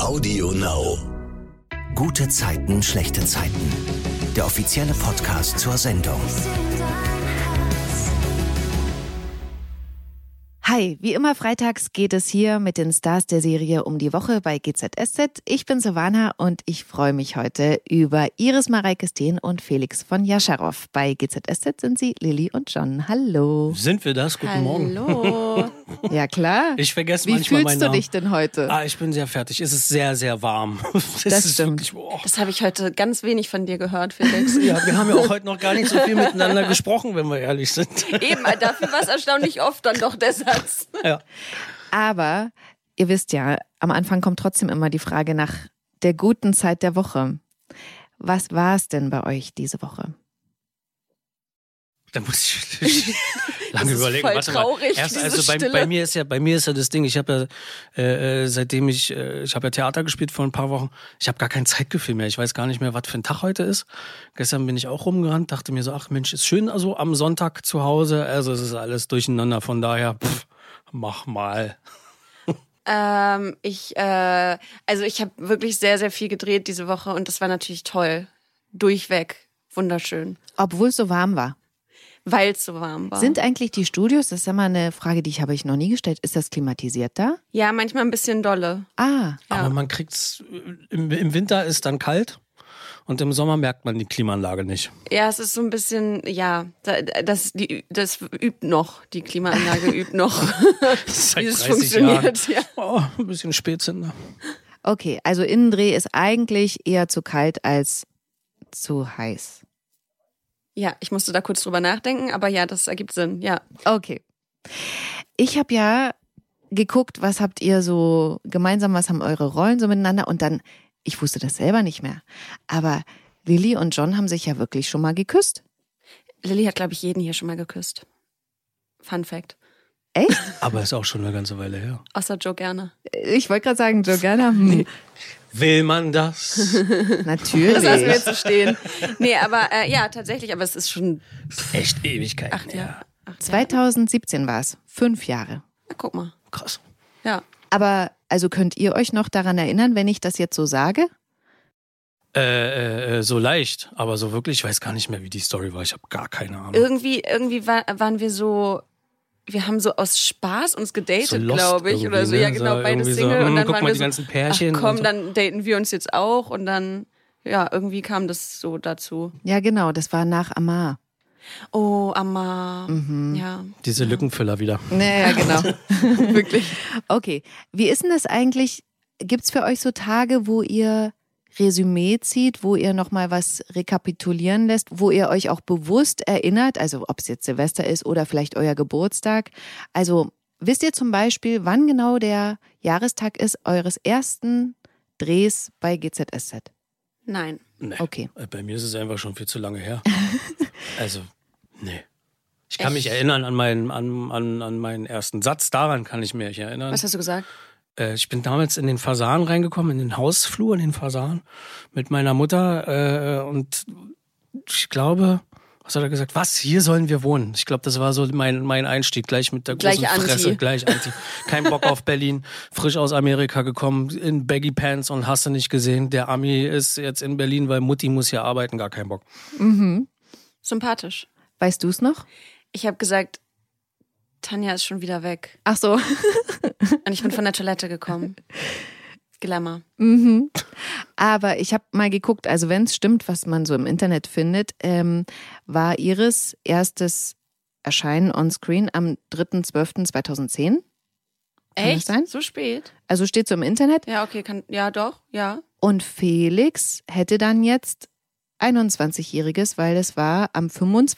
Audio Now. Gute Zeiten, schlechte Zeiten. Der offizielle Podcast zur Sendung. Hi, wie immer freitags geht es hier mit den Stars der Serie um die Woche bei GZSZ. Ich bin Silvana und ich freue mich heute über Iris Mareike Steen und Felix von Jascharow. Bei GZSZ sind sie Lilly und John. Hallo. Sind wir das? Guten Morgen. Hallo. Ja klar. Ich vergesse Wie manchmal meinen fühlst du Namen. dich denn heute? Ich bin sehr fertig. Es ist sehr, sehr warm. Das stimmt. Wirklich, Das habe ich heute ganz wenig von dir gehört, Felix. Ja, wir haben ja auch heute noch gar nicht so viel miteinander gesprochen, wenn wir ehrlich sind. Eben, dafür war es erstaunlich oft dann doch der Satz. Ja. Aber ihr wisst ja, am Anfang kommt trotzdem immer die Frage nach der guten Zeit der Woche. Was war es denn bei euch diese Woche? Da muss ich lange ist überlegen. voll Warte mal. traurig, Erst, diese also Stille. bei mir ist ja das Ding, ich habe ja seitdem ich habe ja Theater gespielt vor ein paar Wochen, ich habe gar kein Zeitgefühl mehr. Ich weiß gar nicht mehr, was für ein Tag heute ist. Gestern bin ich auch rumgerannt, dachte mir so, ach Mensch, ist schön also am Sonntag zu Hause. Also es ist alles durcheinander, von daher mach mal. Ich habe wirklich sehr, sehr viel gedreht diese Woche und das war natürlich toll. Durchweg. Wunderschön. Obwohl es so warm war. Weil es so warm war. Sind eigentlich die Studios, das ist ja mal eine Frage, die habe ich noch nie gestellt, ist das klimatisiert da? Ja, manchmal ein bisschen dolle. Ah, Aber man kriegt's, im Winter ist dann kalt und im Sommer merkt man die Klimaanlage nicht. Ja, es ist so ein bisschen, ja, das übt noch. Die Klimaanlage übt noch. Seit Wie es 30 funktioniert. Jahren. Ja. Oh, ein bisschen Spätzünder. okay, also Innendreh ist eigentlich eher zu kalt als zu heiß. Ja, ich musste da kurz drüber nachdenken, aber ja, das ergibt Sinn, ja. Okay. Ich habe ja geguckt, was habt ihr so gemeinsam, was haben eure Rollen so miteinander und dann, ich wusste das selber nicht mehr, aber Lilly und John haben sich ja wirklich schon mal geküsst. Lilly hat, glaube ich, jeden hier schon mal geküsst. Fun Fact. Echt? Aber ist auch schon eine ganze Weile her. Außer Joe gerne. Ich wollte gerade sagen, Jordana, Will man das? natürlich. Das lassen wir jetzt so stehen. Nee, aber ja, tatsächlich, aber es ist schon Echt Ewigkeiten. 8 Jahre. 2017 war es, 5 Jahre. Na, guck mal. Krass. Ja. Aber also könnt ihr euch noch daran erinnern, wenn ich das jetzt so sage? So leicht, aber so wirklich, ich weiß gar nicht mehr, wie die Story war. Ich habe gar keine Ahnung. Irgendwie waren wir so, wir haben so aus Spaß uns gedatet, So lost glaube ich, oder so. irgendwie, Ja, ne? genau, So beide irgendwie so, Single. Und dann guck waren mal, wir die so, ganzen Pärchen ach komm, und so. dann daten wir uns jetzt auch. Und dann, ja, irgendwie kam das so dazu. Ja, genau, das war nach Amar. Oh, Amma. Ja. Diese Lückenfüller wieder. Naja, genau. Wirklich. Okay, wie ist denn das eigentlich? Gibt's für euch so Tage, wo ihr Resümee zieht, wo ihr nochmal was rekapitulieren lässt, wo ihr euch auch bewusst erinnert, also ob es jetzt Silvester ist oder vielleicht euer Geburtstag? Also wisst ihr zum Beispiel, wann genau der Jahrestag ist eures ersten Drehs bei GZSZ? Nein. Nee. Okay. Bei mir ist es einfach schon viel zu lange her. Also, nee. Ich kann mich erinnern an meinen ersten Satz, daran kann ich mich erinnern. Was hast du gesagt? Ich bin damals in den Fasan reingekommen, in den Hausflur, in den Fasan, mit meiner Mutter und ich glaube, was hat er gesagt? Was? Hier sollen wir wohnen? Ich glaube, das war so mein Einstieg, gleich mit der großen Gleich Anti. Fresse, gleich Anti. Kein Bock auf Berlin, frisch aus Amerika gekommen, in Baggy Pants und hast du nicht gesehen, der Ami ist jetzt in Berlin, weil Mutti muss hier arbeiten, gar kein Bock. Sympathisch. Weißt du es noch? Ich habe gesagt, Tanja ist schon wieder weg. Ach so. Und ich bin von der Toilette gekommen. Glamour. Aber ich habe mal geguckt, also wenn es stimmt, was man so im Internet findet, war Iris erstes Erscheinen on Screen am 3.12.2010. Kann das Echt? sein? So spät? Also steht so im Internet. Ja, okay, ja doch, ja. Und Felix hätte dann jetzt 21-Jähriges, weil es war am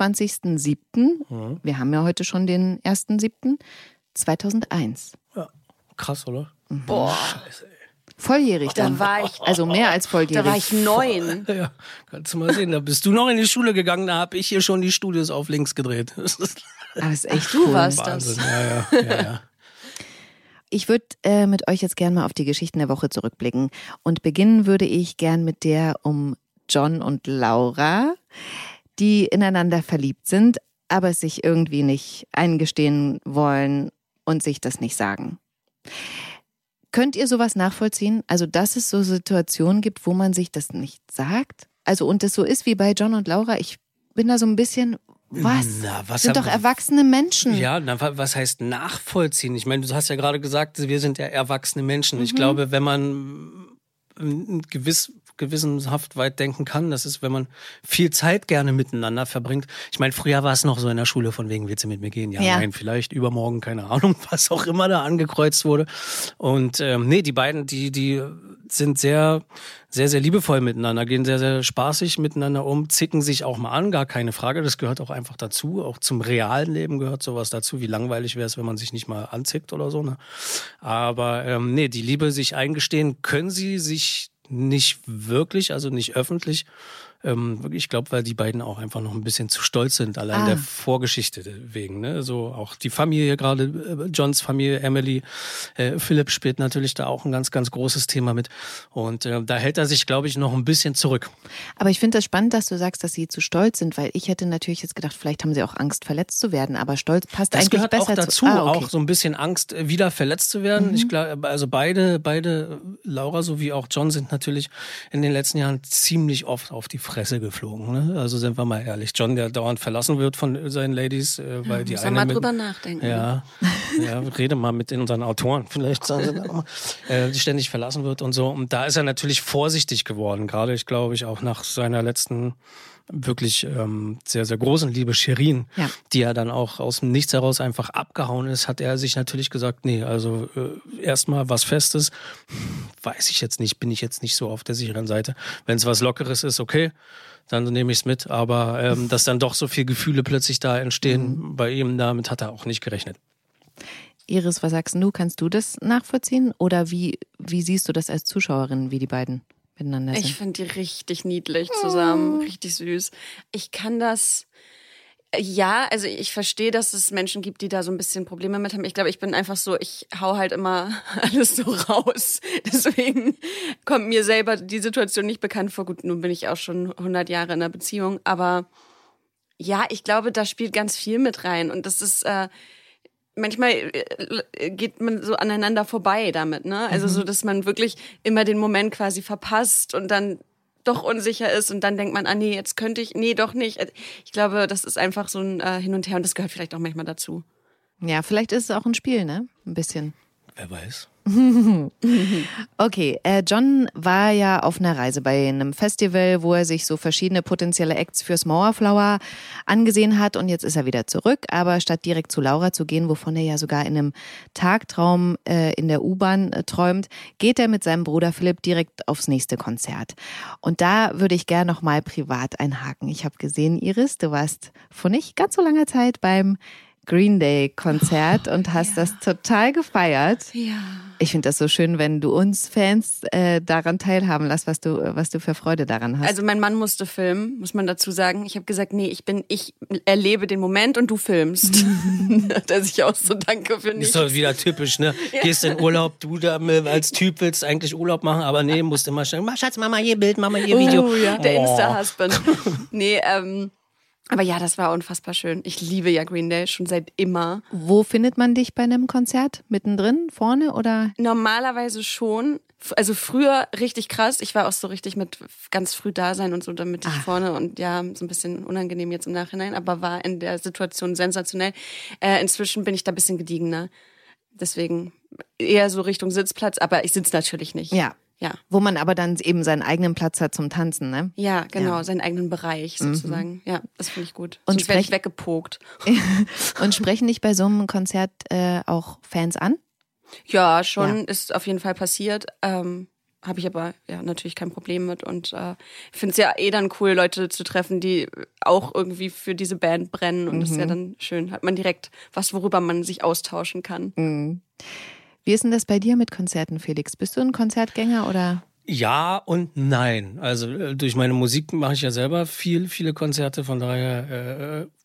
25.07., wir haben ja heute schon den 1.07., 2001. Ja, krass, oder? Boah, Scheiße, ey. Volljährig da dann. war ich, Also mehr als volljährig. da war ich 9. Ja, kannst du mal sehen. Da bist du noch in die Schule gegangen, da habe ich hier schon die Studios auf links gedreht. Das ist Aber es ist echt Du cool. warst Wahnsinn. das. Ja. Ich würde mit euch jetzt gerne mal auf die Geschichten der Woche zurückblicken. Und beginnen würde ich gern mit der um John und Laura, die ineinander verliebt sind, aber es sich irgendwie nicht eingestehen wollen und sich das nicht sagen. Könnt ihr sowas nachvollziehen? Also, dass es so Situationen gibt, wo man sich das nicht sagt? Also, und das so ist wie bei John und Laura. Ich bin da so ein bisschen, was sind doch erwachsene Menschen. Ja, was heißt nachvollziehen? Ich meine, du hast ja gerade gesagt, wir sind ja erwachsene Menschen. Ich glaube, wenn man gewissenhaft weit denken kann, das ist, wenn man viel Zeit gerne miteinander verbringt. Ich meine, früher war es noch so in der Schule, von wegen, willst du mit mir gehen? Ja, nein, vielleicht übermorgen, keine Ahnung, was auch immer da angekreuzt wurde. Und die beiden, die sind sehr, sehr, sehr liebevoll miteinander, gehen sehr, sehr spaßig miteinander um, zicken sich auch mal an, gar keine Frage. Das gehört auch einfach dazu. Auch zum realen Leben gehört sowas dazu. Wie langweilig wäre es, wenn man sich nicht mal anzickt oder so. Ne? Aber die Liebe sich eingestehen, können sie sich nicht wirklich, also nicht öffentlich. Ich glaube, weil die beiden auch einfach noch ein bisschen zu stolz sind, allein der Vorgeschichte wegen. Ne? So auch die Familie, gerade Johns Familie, Emily, Philipp spielt natürlich da auch ein ganz, ganz großes Thema mit. Und da hält er sich, glaube ich, noch ein bisschen zurück. Aber ich finde das spannend, dass du sagst, dass sie zu stolz sind, weil ich hätte natürlich jetzt gedacht, vielleicht haben sie auch Angst, verletzt zu werden. Aber Stolz passt das eigentlich besser auch dazu. Okay. Auch so ein bisschen Angst, wieder verletzt zu werden. Ich glaube, also beide, Laura sowie auch John, sind natürlich in den letzten Jahren ziemlich oft auf die Fresse geflogen. Ne? Also sind wir mal ehrlich. John, der dauernd verlassen wird von seinen Ladies, weil die eine... mal drüber nachdenken. Ja, rede mal mit unseren Autoren. Vielleicht sagen sie dann auch mal, die ständig verlassen wird und so. Und da ist er natürlich vorsichtig geworden. Gerade, ich glaube, auch nach seiner letzten wirklich sehr, sehr großen Liebe, Shirin, die ja dann auch aus dem Nichts heraus einfach abgehauen ist, hat er sich natürlich gesagt, nee, also erstmal was Festes, weiß ich jetzt nicht, bin ich jetzt nicht so auf der sicheren Seite. Wenn es was Lockeres ist, okay, dann nehme ich es mit. Aber dass dann doch so viele Gefühle plötzlich da entstehen bei ihm, damit hat er auch nicht gerechnet. Iris, was sagst du? Kannst du das nachvollziehen? Oder wie siehst du das als Zuschauerin, wie die beiden miteinander sind? Ich finde die richtig niedlich zusammen, richtig süß. Ich kann das... Ja, also ich verstehe, dass es Menschen gibt, die da so ein bisschen Probleme mit haben. Ich glaube, ich bin einfach so, ich hau halt immer alles so raus. Deswegen kommt mir selber die Situation nicht bekannt vor. Gut, nun bin ich auch schon 100 Jahre in einer Beziehung. Aber ja, ich glaube, da spielt ganz viel mit rein. Und das ist... manchmal geht man so aneinander vorbei damit, ne? Also so, dass man wirklich immer den Moment quasi verpasst und dann doch unsicher ist und dann denkt man, nee, jetzt könnte ich, nee, doch nicht. Ich glaube, das ist einfach so ein Hin und Her und das gehört vielleicht auch manchmal dazu. Ja, vielleicht ist es auch ein Spiel, ne? Ein bisschen. Wer weiß. Okay, John war ja auf einer Reise bei einem Festival, wo er sich so verschiedene potenzielle Acts fürs Mauerflower angesehen hat und jetzt ist er wieder zurück, aber statt direkt zu Laura zu gehen, wovon er ja sogar in einem Tagtraum in der U-Bahn träumt, geht er mit seinem Bruder Philipp direkt aufs nächste Konzert. Und da würde ich gerne noch mal privat einhaken. Ich habe gesehen, Iris, du warst vor nicht ganz so langer Zeit beim Green Day Konzert und hast das total gefeiert. Ja. Ich finde das so schön, wenn du uns Fans daran teilhaben lässt, was du für Freude daran hast. Also mein Mann musste filmen, muss man dazu sagen. Ich habe gesagt, nee, ich erlebe den Moment und du filmst. Dass ich auch so danke für nichts. Ist doch wieder typisch, ne? Ja. Gehst in Urlaub, du da als Typ willst eigentlich Urlaub machen, aber nee, musst immer schnell, Schatz, mach mal hier Bild, mach mal hier Video. Ja. Der Insta-Husband. Nee, aber ja, das war unfassbar schön. Ich liebe ja Green Day schon seit immer. Wo findet man dich bei einem Konzert? Mittendrin, vorne oder? Normalerweise schon. Also früher richtig krass. Ich war auch so richtig mit ganz früh da sein und so, damit ich vorne und ja, so ein bisschen unangenehm jetzt im Nachhinein, aber war in der Situation sensationell. Inzwischen bin ich da ein bisschen gediegener. Deswegen eher so Richtung Sitzplatz, aber ich sitze natürlich nicht. Ja. Wo man aber dann eben seinen eigenen Platz hat zum Tanzen, ne? Ja, genau, seinen eigenen Bereich sozusagen. Ja, das finde ich gut. Und werde ich weggepokt. Und sprechen dich bei so einem Konzert auch Fans an? Ja, schon, ist auf jeden Fall passiert. Habe ich aber ja natürlich kein Problem mit und ich finde es ja dann cool, Leute zu treffen, die auch irgendwie für diese Band brennen und das ist ja dann schön. Hat man direkt was, worüber man sich austauschen kann. Mhm. Wie ist denn das bei dir mit Konzerten, Felix? Bist du ein Konzertgänger oder? Ja und nein. Also durch meine Musik mache ich ja selber viele Konzerte. Von daher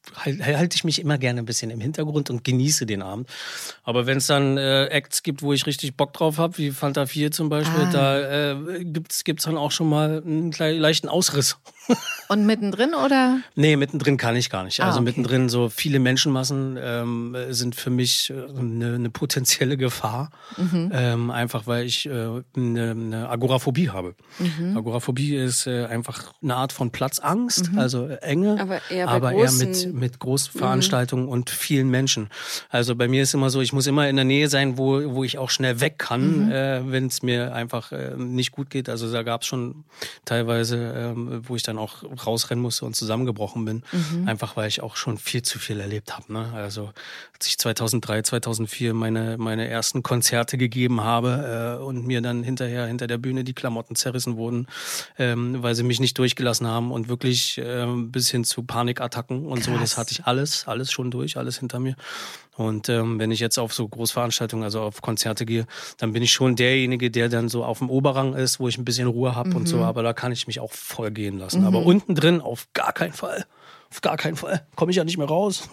halte ich mich immer gerne ein bisschen im Hintergrund und genieße den Abend. Aber wenn es dann Acts gibt, wo ich richtig Bock drauf habe, wie Fanta 4 zum Beispiel, da gibt's dann auch schon mal einen leichten Ausriss. Und mittendrin oder? Nee, mittendrin kann ich gar nicht. Also okay. mittendrin so viele Menschenmassen sind für mich eine potenzielle Gefahr. Einfach weil ich eine Agoraphobie habe. Agoraphobie ist einfach eine Art von Platzangst, also Enge, aber eher mit Großveranstaltungen und vielen Menschen. Also bei mir ist immer so, ich muss immer in der Nähe sein, wo ich auch schnell weg kann, wenn es mir einfach nicht gut geht. Also da gab es schon teilweise, wo ich dann auch rausrennen musste und zusammengebrochen bin. Einfach weil ich auch schon viel zu viel erlebt habe. Ne? Also als ich 2003, 2004 meine ersten Konzerte gegeben habe und mir dann hinterher hinter der Bühne die Klamotten zerrissen wurden, weil sie mich nicht durchgelassen haben und wirklich bis hin zu Panikattacken und so, das hatte ich alles schon durch, alles hinter mir. Und wenn ich jetzt auf so Großveranstaltungen, also auf Konzerte gehe, dann bin ich schon derjenige, der dann so auf dem Oberrang ist, wo ich ein bisschen Ruhe habe und so, aber da kann ich mich auch voll gehen lassen. Aber unten drin auf gar keinen Fall. Auf gar keinen Fall. Komme ich ja nicht mehr raus.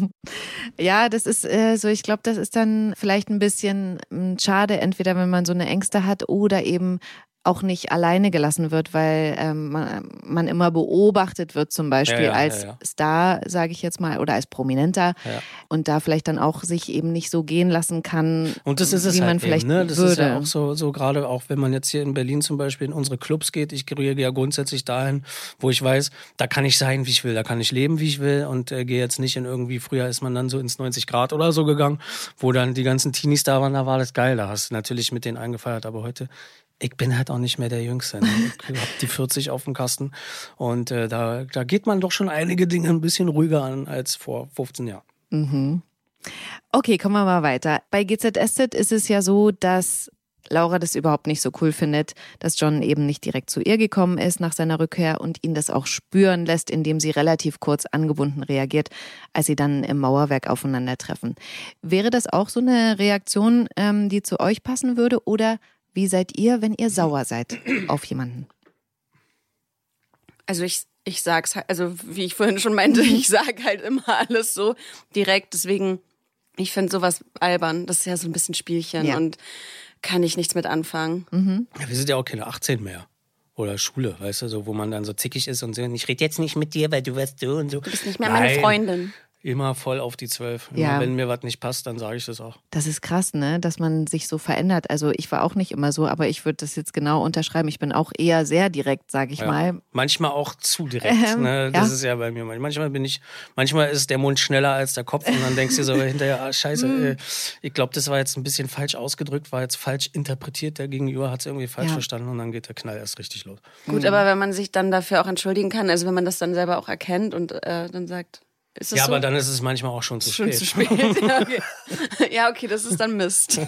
Ja, das ist so, ich glaube, das ist dann vielleicht ein bisschen schade, entweder wenn man so eine Ängste hat oder eben auch nicht alleine gelassen wird, weil man immer beobachtet wird, zum Beispiel als Star, sage ich jetzt mal, oder als Prominenter und da vielleicht dann auch sich eben nicht so gehen lassen kann, und das ist es wie halt man vielleicht eben, ne? Das würde. ist ja auch so gerade auch, wenn man jetzt hier in Berlin zum Beispiel in unsere Clubs geht, ich gehe ja grundsätzlich dahin, wo ich weiß, da kann ich sein, wie ich will, da kann ich leben, wie ich will und gehe jetzt nicht in irgendwie, früher ist man dann so ins 90 Grad oder so gegangen, wo dann die ganzen Teenies da waren, da war das geil, da hast du natürlich mit denen eingefeiert, aber heute ich bin halt auch nicht mehr der Jüngste. Ne? Ich hab die 40 auf dem Kasten und da geht man doch schon einige Dinge ein bisschen ruhiger an als vor 15 Jahren. Okay, kommen wir mal weiter. Bei GZSZ ist es ja so, dass Laura das überhaupt nicht so cool findet, dass John eben nicht direkt zu ihr gekommen ist nach seiner Rückkehr und ihn das auch spüren lässt, indem sie relativ kurz angebunden reagiert, als sie dann im Mauerwerk aufeinandertreffen. Wäre das auch so eine Reaktion, die zu euch passen würde oder wie seid ihr, wenn ihr sauer seid auf jemanden? Also ich sag's halt, also wie ich vorhin schon meinte, ich sag halt immer alles so direkt. Deswegen, ich finde sowas albern. Das ist ja so ein bisschen Spielchen und kann ich nichts mit anfangen. Ja, wir sind ja auch keine 18 mehr. Oder Schule, weißt du, so, wo man dann so zickig ist und so, ich rede jetzt nicht mit dir, weil du wirst so und so. Du bist nicht mehr meine Freundin. Immer voll auf die 12. Immer, wenn mir was nicht passt, dann sage ich das auch. Das ist krass, ne? Dass man sich so verändert. Also ich war auch nicht immer so, aber ich würde das jetzt genau unterschreiben. Ich bin auch eher sehr direkt, sage ich mal. Manchmal auch zu direkt. Ne? Das ist ja bei mir. Manchmal ist der Mund schneller als der Kopf und dann denkst du so hinterher, scheiße, ich glaube, das war jetzt ein bisschen falsch ausgedrückt, war jetzt falsch interpretiert. Der Gegenüber hat es irgendwie falsch verstanden und dann geht der Knall erst richtig los. Gut, aber wenn man sich dann dafür auch entschuldigen kann, also wenn man das dann selber auch erkennt und dann sagt, ist das so? Aber dann ist es manchmal auch schon zu spät. Schon zu spät, ja, okay. Ja, okay, das ist dann Mist.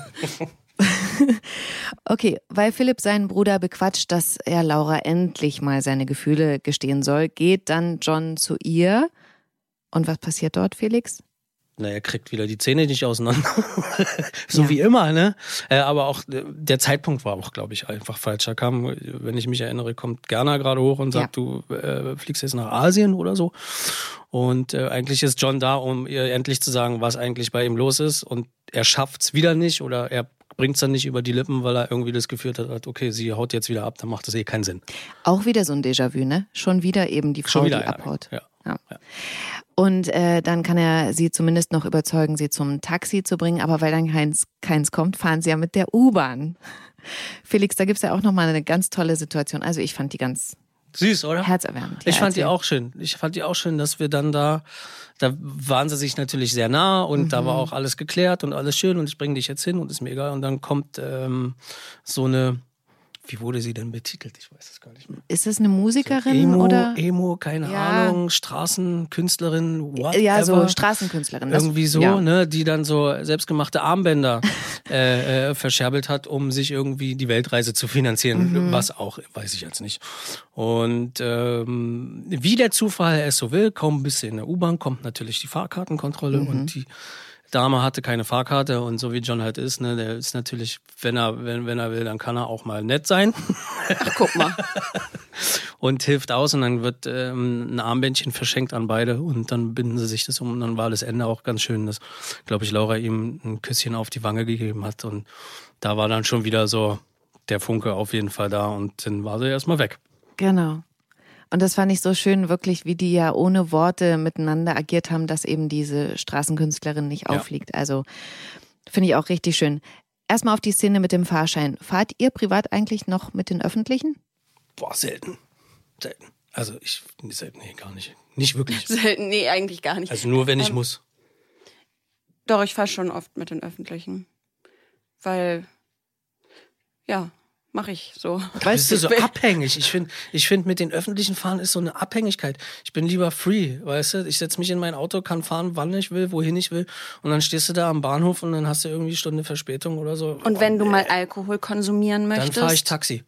Okay, weil Philipp seinen Bruder bequatscht, dass er Laura endlich mal seine Gefühle gestehen soll, geht dann John zu ihr. Und was passiert dort, Felix? Na, er kriegt wieder die Zähne nicht auseinander. So wie immer, ne? Aber auch der Zeitpunkt war auch, glaube ich, einfach falsch. Da kam, wenn ich mich erinnere, kommt Gerner gerade hoch und sagt, du fliegst jetzt nach Asien oder so. Und eigentlich ist John da, um ihr endlich zu sagen, was eigentlich bei ihm los ist. Und er schafft's wieder nicht oder er bringt's dann nicht über die Lippen, weil er irgendwie das Gefühl hat, okay, sie haut jetzt wieder ab, dann macht das keinen Sinn. Auch wieder so ein Déjà-vu, ne? Schon wieder eben die Frau, die abhaut. Ja. Und dann kann er sie zumindest noch überzeugen, sie zum Taxi zu bringen. Aber weil dann keins kommt, fahren sie ja mit der U-Bahn. Felix, da gibt's ja auch nochmal eine ganz tolle Situation. Also ich fand die ganz süß, oder? Herzerwärmend. Ich fand die auch schön. Ich fand die auch schön, dass wir dann da waren sie sich natürlich sehr nah und da war auch alles geklärt und alles schön und ich bringe dich jetzt hin und ist mir egal. Und dann kommt so eine, wie wurde sie denn betitelt? Ich weiß es gar nicht mehr. Ist das eine Musikerin oder? Emo, keine Ahnung, Straßenkünstlerin, whatever. Ja, so Straßenkünstlerin. Irgendwie so, ne, die dann so selbstgemachte Armbänder verscherbelt hat, um sich irgendwie die Weltreise zu finanzieren. Was auch, weiß ich jetzt nicht. Und wie der Zufall es so will, kaum bis in der U-Bahn kommt natürlich die Fahrkartenkontrolle und die Dame hatte keine Fahrkarte und so wie John halt ist, ne, der ist natürlich, wenn er will, dann kann er auch mal nett sein. Ach, guck mal. und hilft aus und dann wird ein Armbändchen verschenkt an beide und dann binden sie sich das um und dann war das Ende auch ganz schön, dass, glaube ich, Laura ihm ein Küsschen auf die Wange gegeben hat und da war dann schon wieder so der Funke auf jeden Fall da und dann war sie erstmal weg. Genau. Und das fand ich so schön, wirklich, wie die ja ohne Worte miteinander agiert haben, dass eben diese Straßenkünstlerin nicht auffliegt. Also finde ich auch richtig schön. Erstmal auf die Szene mit dem Fahrschein. Fahrt ihr privat eigentlich noch mit den Öffentlichen? Boah, selten. Also nee, gar nicht. Nicht wirklich. Selten, nee, eigentlich gar nicht. Also nur, wenn ich muss. Doch, ich fahre schon oft mit den Öffentlichen. Weil, ja, mache ich so. Weißt du, so abhängig. Ich find, mit den öffentlichen Fahren ist so eine Abhängigkeit. Ich bin lieber free, weißt du? Ich setze mich in mein Auto, kann fahren, wann ich will, wohin ich will. Und dann stehst du da am Bahnhof und dann hast du irgendwie eine Stunde Verspätung oder so. Und wenn du mal Alkohol konsumieren möchtest? Dann fahre ich Taxi.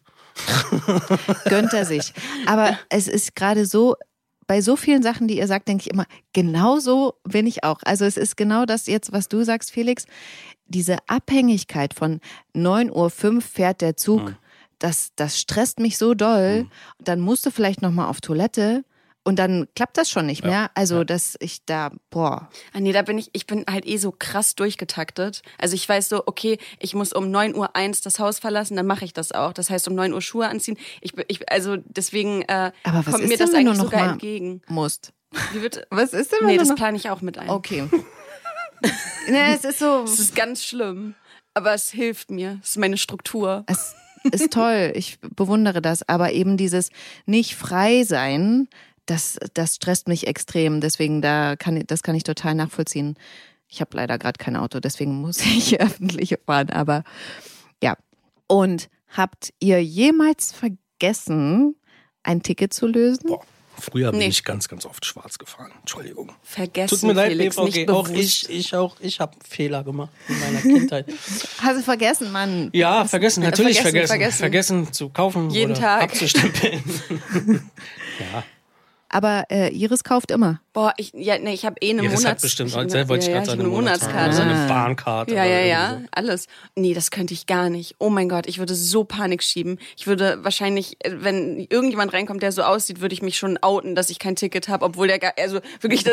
Gönnt er sich. Aber es ist gerade so, bei so vielen Sachen, die ihr sagt, denke ich immer, genau so bin ich auch. Also es ist genau das jetzt, was du sagst, Felix. Diese Abhängigkeit von 9:05 Uhr fährt der Zug, das stresst mich so doll. Dann musst du vielleicht nochmal auf Toilette und dann klappt das schon nicht mehr. Also, dass ich da, Ah, nee, ich bin halt so krass durchgetaktet. Also ich weiß so, okay, ich muss um 9:01 Uhr das Haus verlassen, dann mache ich das auch. Das heißt, um 9 Uhr Schuhe anziehen. Also deswegen kommt mir das eigentlich sogar entgegen. Musst. Wie wird, was ist denn, wenn Nee, du das noch... plane ich auch mit ein. Okay. Nee, es ist so... Es ist ganz schlimm, aber es hilft mir. Es ist meine Struktur. Es ist toll, ich bewundere das. Aber eben dieses nicht frei sein, das stresst mich extrem. Deswegen, das kann ich total nachvollziehen. Ich habe leider gerade kein Auto, deswegen muss ich öffentlich fahren. Aber ja. Und habt ihr jemals vergessen, ein Ticket zu lösen? Boah. Früher bin ich ganz, ganz oft schwarz gefahren. Entschuldigung. Vergessen, Tut mir leid, Felix, BVG. nicht bewusst. Ich habe Fehler gemacht in meiner Kindheit. Hast du vergessen, Mann? Ja, vergessen, natürlich vergessen. Vergessen zu kaufen Jeden oder Tag. abzustempeln. Ja. Aber Iris kauft immer. Boah, ich habe eine Iris hat Monatskarte. bestimmt, wollte wollte ich gerade sagen, eine Monatskarte. So eine Bahnkarte. Ja, oder ja, irgendwie ja, so. alles. Nee, das könnte ich gar nicht. Oh mein Gott, ich würde so Panik schieben. Ich würde wahrscheinlich, wenn irgendjemand reinkommt, der so aussieht, würde ich mich schon outen, dass ich kein Ticket habe, obwohl der gar, also wirklich,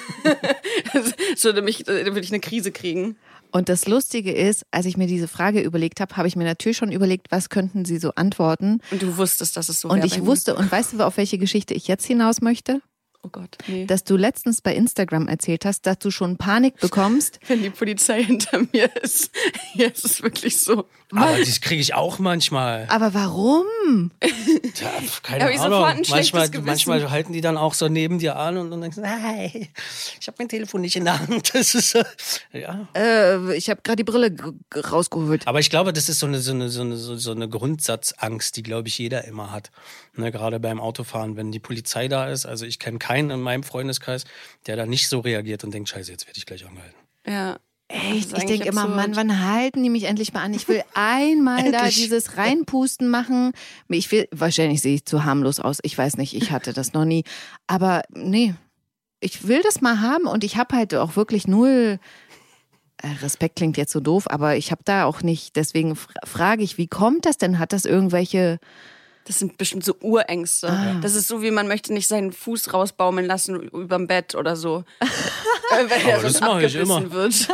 würde ich eine Krise kriegen. Und das Lustige ist, als ich mir diese Frage überlegt habe, habe ich mir natürlich schon überlegt, was könnten sie so antworten. Und du wusstest, dass es so Und wäre. ich wusste, und weißt du, auf welche Geschichte ich jetzt hinaus möchte? Oh Gott, nee. Dass du letztens bei Instagram erzählt hast, dass du schon Panik bekommst. Wenn die Polizei hinter mir ist. Ja, es ist wirklich so. Aber das kriege ich auch manchmal. Aber warum? Tja, keine Hab ich sofort Ahnung. ein schlechtes Gewissen. Manchmal halten die dann auch so neben dir an und dann denkst du, hey, ich habe mein Telefon nicht in der Hand. Das ist ja. Ich habe gerade die Brille rausgeholt. Aber ich glaube, das ist so eine Grundsatzangst, die, glaube ich, jeder immer hat. Ne, gerade beim Autofahren, wenn die Polizei da ist. Also ich kenne keinen in meinem Freundeskreis, der da nicht so reagiert und denkt, scheiße, jetzt werde ich gleich angehalten. Ja. Echt? Ich denke immer, Mann, wann halten die mich endlich mal an? Ich will einmal da dieses Reinpusten machen. Wahrscheinlich sehe ich zu harmlos aus. Ich weiß nicht, ich hatte das noch nie. Aber nee, ich will das mal haben und ich habe halt auch wirklich null... Respekt klingt jetzt so doof, aber ich habe da auch nicht, deswegen frage ich, wie kommt das denn? Hat das irgendwelche... Das sind bestimmt so Urängste. Das ist so, wie man möchte nicht seinen Fuß rausbaumeln lassen überm Bett oder so. Weil er das sonst mache ich immer. abgebissen wird.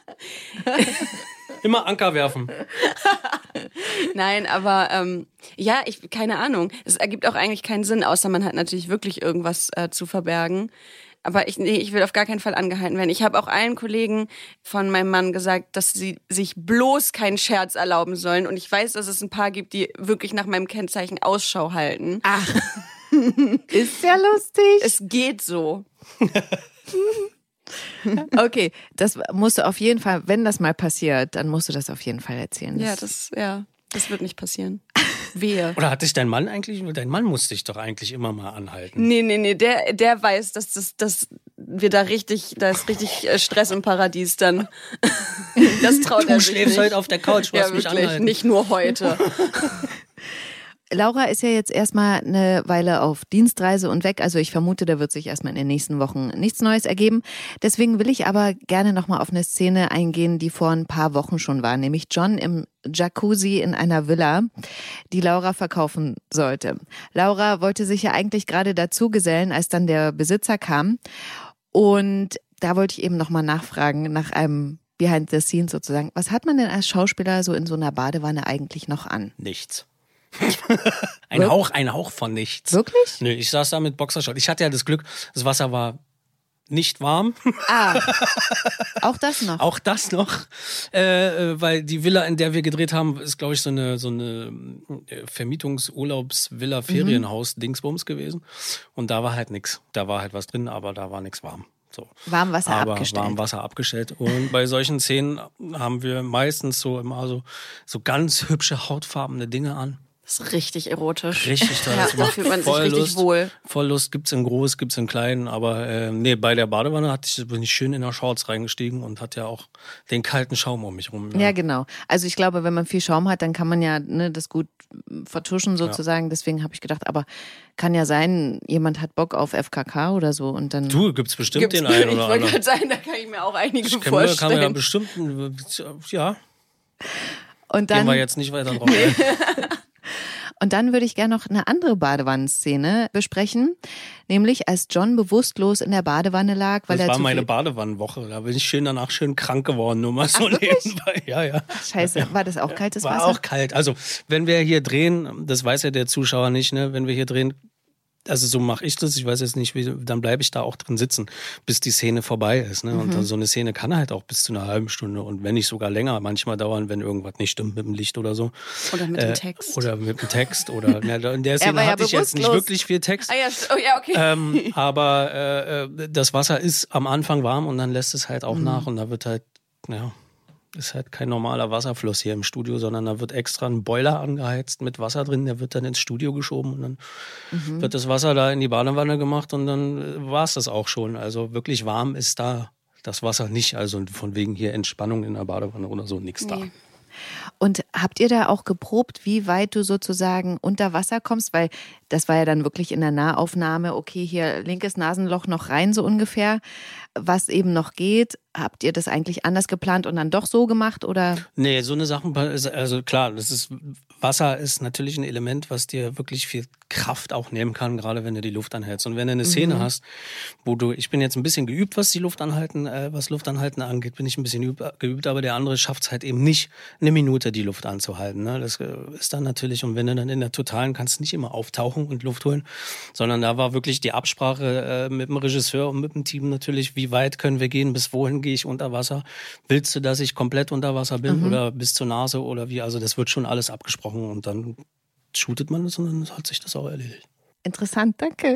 Immer Anker werfen. Nein, aber keine Ahnung. Es ergibt auch eigentlich keinen Sinn, außer man hat natürlich wirklich irgendwas zu verbergen. Aber ich will auf gar keinen Fall angehalten werden. Ich habe auch allen Kollegen von meinem Mann gesagt, dass sie sich bloß keinen Scherz erlauben sollen. Und ich weiß, dass es ein paar gibt, die wirklich nach meinem Kennzeichen Ausschau halten. Ach, ist ja lustig. Es geht so. Okay, das musst du auf jeden Fall, wenn das mal passiert, dann musst du das auf jeden Fall erzählen. Das wird nicht passieren. Wehe. Oder hat dich dein Mann eigentlich, dein Mann musste dich doch eigentlich immer mal anhalten. Nee, der weiß, dass da ist richtig Stress im Paradies dann. Das traut er sich nicht. Du schläfst heute auf der Couch, Ja, was mich wirklich, anhalten. nicht nur heute. Laura ist ja jetzt erstmal eine Weile auf Dienstreise und weg. Also ich vermute, da wird sich erstmal in den nächsten Wochen nichts Neues ergeben. Deswegen will ich aber gerne nochmal auf eine Szene eingehen, die vor ein paar Wochen schon war. Nämlich John im Jacuzzi in einer Villa, die Laura verkaufen sollte. Laura wollte sich ja eigentlich gerade dazu gesellen, als dann der Besitzer kam. Und da wollte ich eben nochmal nachfragen nach einem Behind the Scenes sozusagen. Was hat man denn als Schauspieler so in so einer Badewanne eigentlich noch an? Nichts. Ein Hauch von nichts. Wirklich? Nö, ich saß da mit Boxershort. Ich hatte ja das Glück, das Wasser war nicht warm. Auch das noch? Auch das noch, weil die Villa, in der wir gedreht haben, ist, glaube ich, so eine Vermietungs-Urlaubs-Villa, Ferienhaus-Dingsbums gewesen. Und da war halt nichts. Da war halt was drin, aber da war nichts warm. So. Warmwasser abgestellt. Warmwasser abgestellt. Und bei solchen Szenen haben wir meistens so immer so ganz hübsche hautfarbene Dinge an. Das ist richtig erotisch. Richtig toll. Ja, da fühlt man sich richtig wohl. Voll Lust, gibt's in groß, gibt's in klein, aber bei der Badewanne bin ich schön in der Shorts reingestiegen und hatte ja auch den kalten Schaum um mich rum. Ja, genau. Also ich glaube, wenn man viel Schaum hat, dann kann man ja das gut vertuschen sozusagen. Ja. Deswegen habe ich gedacht, aber kann ja sein, jemand hat Bock auf FKK oder so und dann... Gibt's bestimmt den einen oder anderen. Ich wollte gerade sagen, da kann ich mir auch einige vorstellen. Kann man ja bestimmt, ja. Und dann, gehen wir jetzt nicht weiter drauf. Und dann würde ich gerne noch eine andere Badewannenszene besprechen, nämlich als John bewusstlos in der Badewanne lag. Weil das war meine Badewannenwoche, da bin ich danach schön krank geworden, nur mal so nebenbei. Ja. Scheiße, war das auch kaltes Wasser? War auch kalt, also wenn wir hier drehen, das weiß ja der Zuschauer nicht, ne? Wenn wir hier drehen, also so mache ich das, ich weiß jetzt nicht, dann bleibe ich da auch drin sitzen, bis die Szene vorbei ist. Ne? Und dann so eine Szene kann halt auch bis zu einer halben Stunde und wenn nicht sogar länger manchmal dauern, wenn irgendwas nicht stimmt mit dem Licht oder so. Oder mit dem Text. Oder mit dem Text. Oder in der Szene hatte ich jetzt nicht wirklich viel Text. Okay. Aber das Wasser ist am Anfang warm und dann lässt es halt auch nach und da wird halt, ist halt kein normaler Wasserfluss hier im Studio, sondern da wird extra ein Boiler angeheizt mit Wasser drin, der wird dann ins Studio geschoben und dann wird das Wasser da in die Badewanne gemacht und dann war es das auch schon. Also wirklich warm ist da das Wasser nicht, also von wegen hier Entspannung in der Badewanne oder so, nichts da. Und habt ihr da auch geprobt, wie weit du sozusagen unter Wasser kommst? Weil das war ja dann wirklich in der Nahaufnahme, okay, hier linkes Nasenloch noch rein so ungefähr, was eben noch geht. Habt ihr das eigentlich anders geplant und dann doch so gemacht, oder? Nee, so eine Sache, also klar, Wasser ist natürlich ein Element, was dir wirklich viel Kraft auch nehmen kann, gerade wenn du die Luft anhältst. Und wenn du eine Szene hast, ich bin jetzt ein bisschen geübt, was Luftanhalten angeht, bin ich ein bisschen geübt, aber der andere schafft es halt eben nicht, eine Minute die Luft anzuhalten. Ne? Das ist dann natürlich, und wenn du dann in der Totalen kannst nicht immer auftauchen und Luft holen, sondern da war wirklich die Absprache mit dem Regisseur und mit dem Team natürlich, wie weit können wir gehen, bis wohin gehe ich unter Wasser? Willst du, dass ich komplett unter Wasser bin oder bis zur Nase oder wie? Also das wird schon alles abgesprochen und dann shootet man das und dann hat sich das auch erledigt. Interessant, danke.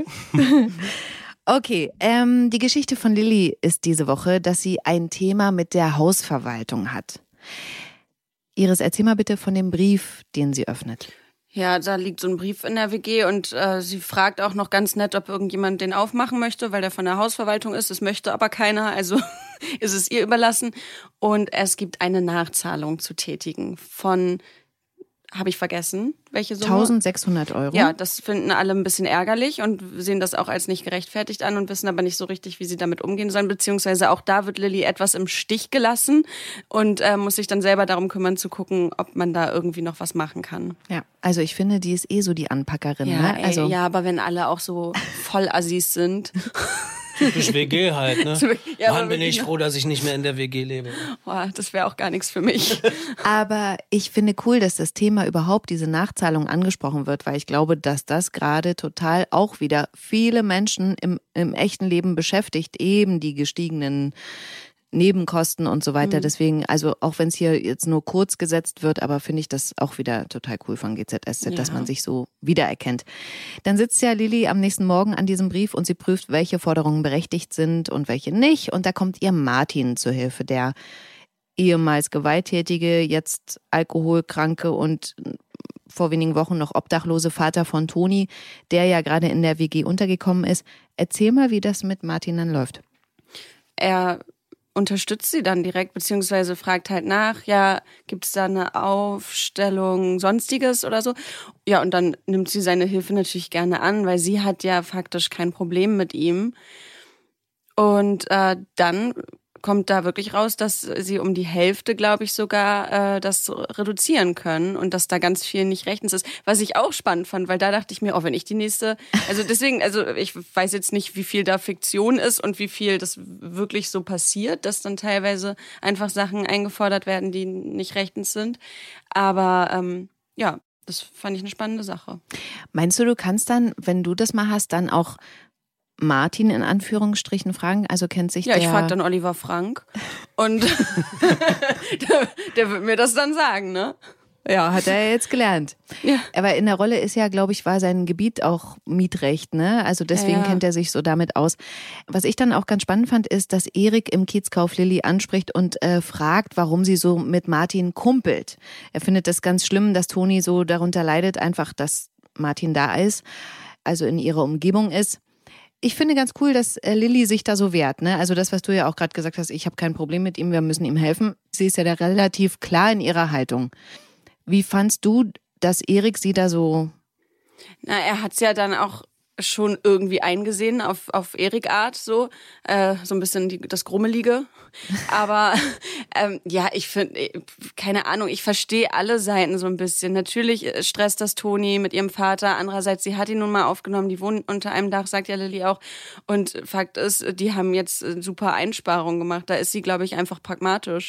Okay, die Geschichte von Lilly ist diese Woche, dass sie ein Thema mit der Hausverwaltung hat. Iris, erzähl mal bitte von dem Brief, den sie öffnet. Ja, da liegt so ein Brief in der WG und sie fragt auch noch ganz nett, ob irgendjemand den aufmachen möchte, weil der von der Hausverwaltung ist. Das möchte aber keiner, also ist es ihr überlassen. Und es gibt eine Nachzahlung zu tätigen von, habe ich vergessen, welche Summe? 1.600 €. Ja, das finden alle ein bisschen ärgerlich und sehen das auch als nicht gerechtfertigt an und wissen aber nicht so richtig, wie sie damit umgehen sollen. Beziehungsweise auch da wird Lilly etwas im Stich gelassen und muss sich dann selber darum kümmern, zu gucken, ob man da irgendwie noch was machen kann. Ja, also ich finde, die ist so die Anpackerin. Ja, ne? Also ja, aber wenn alle auch so voll Assis sind. Typisch WG halt, ne? Ja, Mann, bin ich froh, dass ich nicht mehr in der WG lebe. Boah, das wäre auch gar nichts für mich. Aber ich finde cool, dass das Thema überhaupt, diese Nachzahlung angesprochen wird, weil ich glaube, dass das gerade total auch wieder viele Menschen im echten Leben beschäftigt, eben die gestiegenen Nebenkosten und so weiter. Deswegen, also auch wenn es hier jetzt nur kurz gesetzt wird, aber finde ich das auch wieder total cool von GZSZ, dass man sich so wiedererkennt. Dann sitzt ja Lilly am nächsten Morgen an diesem Brief und sie prüft, welche Forderungen berechtigt sind und welche nicht. Und da kommt ihr Martin zur Hilfe, der ehemals Gewalttätige, jetzt alkoholkranke und vor wenigen Wochen noch obdachlose Vater von Toni, der ja gerade in der WG untergekommen ist. Erzähl mal, wie das mit Martin dann läuft. Er unterstützt sie dann direkt, beziehungsweise fragt halt nach, ja, gibt's da eine Aufstellung, Sonstiges oder so? Ja, und dann nimmt sie seine Hilfe natürlich gerne an, weil sie hat ja faktisch kein Problem mit ihm. Und dann kommt da wirklich raus, dass sie um die Hälfte, glaube ich, sogar das reduzieren können und dass da ganz viel nicht rechtens ist. Was ich auch spannend fand, weil da dachte ich mir, wenn ich die nächste, also deswegen, also ich weiß jetzt nicht, wie viel da Fiktion ist und wie viel das wirklich so passiert, dass dann teilweise einfach Sachen eingefordert werden, die nicht rechtens sind. Aber ja, das fand ich eine spannende Sache. Meinst du kannst dann, wenn du das mal hast, dann auch Martin in Anführungsstrichen fragen? Also kennt sich der... Ja, ich frage dann Oliver Frank und der wird mir das dann sagen, ne? Ja, hat er jetzt gelernt. Ja. Aber in der Rolle ist ja, glaube ich, war sein Gebiet auch Mietrecht, ne? Also deswegen kennt er sich so damit aus. Was ich dann auch ganz spannend fand, ist, dass Erik im Kiezkauf Lilly anspricht und fragt, warum sie so mit Martin kumpelt. Er findet das ganz schlimm, dass Toni so darunter leidet, einfach, dass Martin da ist, also in ihrer Umgebung ist. Ich finde ganz cool, dass Lilly sich da so wehrt, ne? Also das, was du ja auch gerade gesagt hast, ich habe kein Problem mit ihm, wir müssen ihm helfen. Sie ist ja da relativ klar in ihrer Haltung. Wie fandst du, dass Erik sie da so... Na, er hat's ja dann auch schon irgendwie eingesehen auf Erik-Art, so ein bisschen das Grummelige. Aber ja, ich finde, keine Ahnung, ich verstehe alle Seiten so ein bisschen. Natürlich stresst das Toni mit ihrem Vater. Andererseits, sie hat ihn nun mal aufgenommen, die wohnen unter einem Dach, sagt ja Lilly auch. Und Fakt ist, die haben jetzt super Einsparungen gemacht. Da ist sie, glaube ich, einfach pragmatisch.